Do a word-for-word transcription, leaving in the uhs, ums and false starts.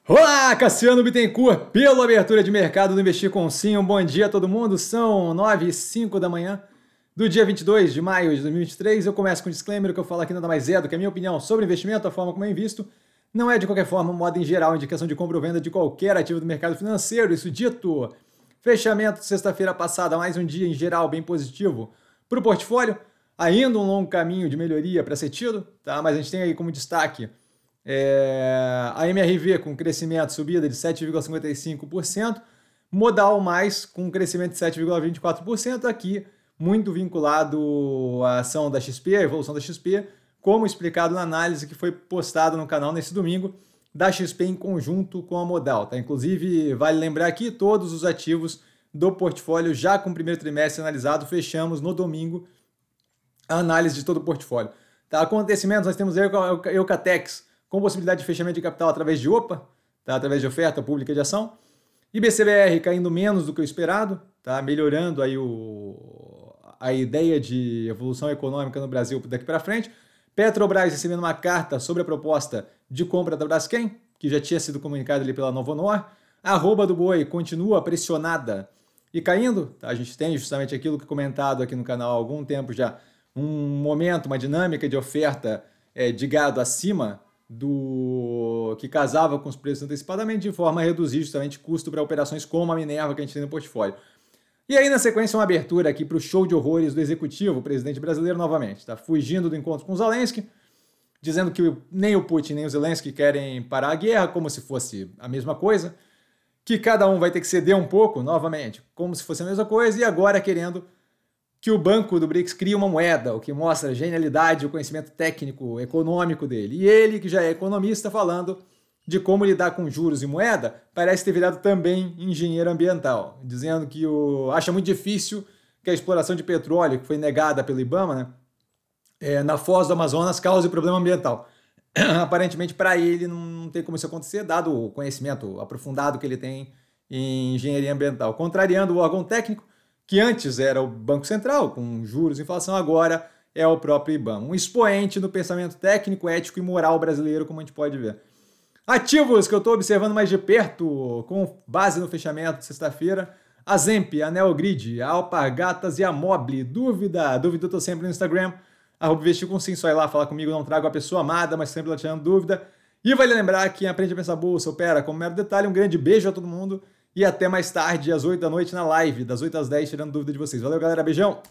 Olá, Cassiano Bittencourt, pela abertura de mercado do Investir com Sim. Um bom dia a todo mundo. São nove e cinco da manhã do dia vinte e dois de maio de dois mil e vinte e três. Eu começo com um disclaimer que eu falo aqui nada mais é do que a minha opinião sobre investimento, a forma como eu invisto. Não é de qualquer forma, modo em geral, indicação de compra ou venda de qualquer ativo do mercado financeiro. Isso dito, fechamento de sexta-feira passada, mais um dia em geral bem positivo para o portfólio. Ainda um longo caminho de melhoria para ser tido, tá? Mas a gente tem aí como destaque É, a M R V com crescimento, subida de sete vírgula cinquenta e cinco por cento, Modal mais com crescimento de sete vírgula vinte e quatro por cento, aqui muito vinculado à ação da X P, a evolução da X P, como explicado na análise que foi postada no canal nesse domingo, da X P em conjunto com a Modal. Tá? Inclusive, vale lembrar aqui, todos os ativos do portfólio já com o primeiro trimestre analisado, fechamos no domingo a análise de todo o portfólio. Tá? Acontecimentos, nós temos a Eucatex, com possibilidade de fechamento de capital através de OPA, tá? Através de oferta pública de ação. I B C B R caindo menos do que o esperado, tá? Melhorando aí o, a ideia de evolução econômica no Brasil daqui para frente. Petrobras recebendo uma carta sobre a proposta de compra da Braskem, que já tinha sido comunicada ali pela Novonor. A arroba do boi continua pressionada e caindo. Tá? A gente tem justamente aquilo que comentado aqui no canal há algum tempo já, um momento, uma dinâmica de oferta é, de gado acima do que casava com os preços antecipadamente, de forma a reduzir justamente custo para operações como a Minerva que a gente tem no portfólio. E aí, na sequência, uma abertura aqui para o show de horrores do executivo, o presidente brasileiro novamente, tá fugindo do encontro com o Zelensky, dizendo que nem o Putin nem o Zelensky querem parar a guerra, como se fosse a mesma coisa, que cada um vai ter que ceder um pouco, novamente, como se fosse a mesma coisa, e agora querendo que o banco do BRICS cria uma moeda, o que mostra a genialidade e o conhecimento técnico, econômico dele. E ele, que já é economista, falando de como lidar com juros e moeda, parece ter virado também engenheiro ambiental, dizendo que o... acha muito difícil que a exploração de petróleo, que foi negada pelo IBAMA, né, é, na foz do Amazonas, cause problema ambiental. Aparentemente, para ele, não tem como isso acontecer, dado o conhecimento aprofundado que ele tem em engenharia ambiental. Contrariando o órgão técnico, que antes era o Banco Central, com juros e inflação, agora é o próprio IBAMA. Um expoente no pensamento técnico, ético e moral brasileiro, como a gente pode ver. Ativos que eu estou observando mais de perto, com base no fechamento de sexta-feira, a Zemp, a Neogrid, a Alpargatas e a Mobile. Dúvida? Dúvida eu estou sempre no Instagram, arroba investir com sim, só ir lá falar comigo, não trago a pessoa amada, mas sempre lá tirando dúvida. E vale lembrar que quem aprende a pensar bolsa opera como mero detalhe. Um grande beijo a todo mundo. E até mais tarde, às oito da noite, na live, das oito às dez, tirando dúvida de vocês. Valeu, galera. Beijão!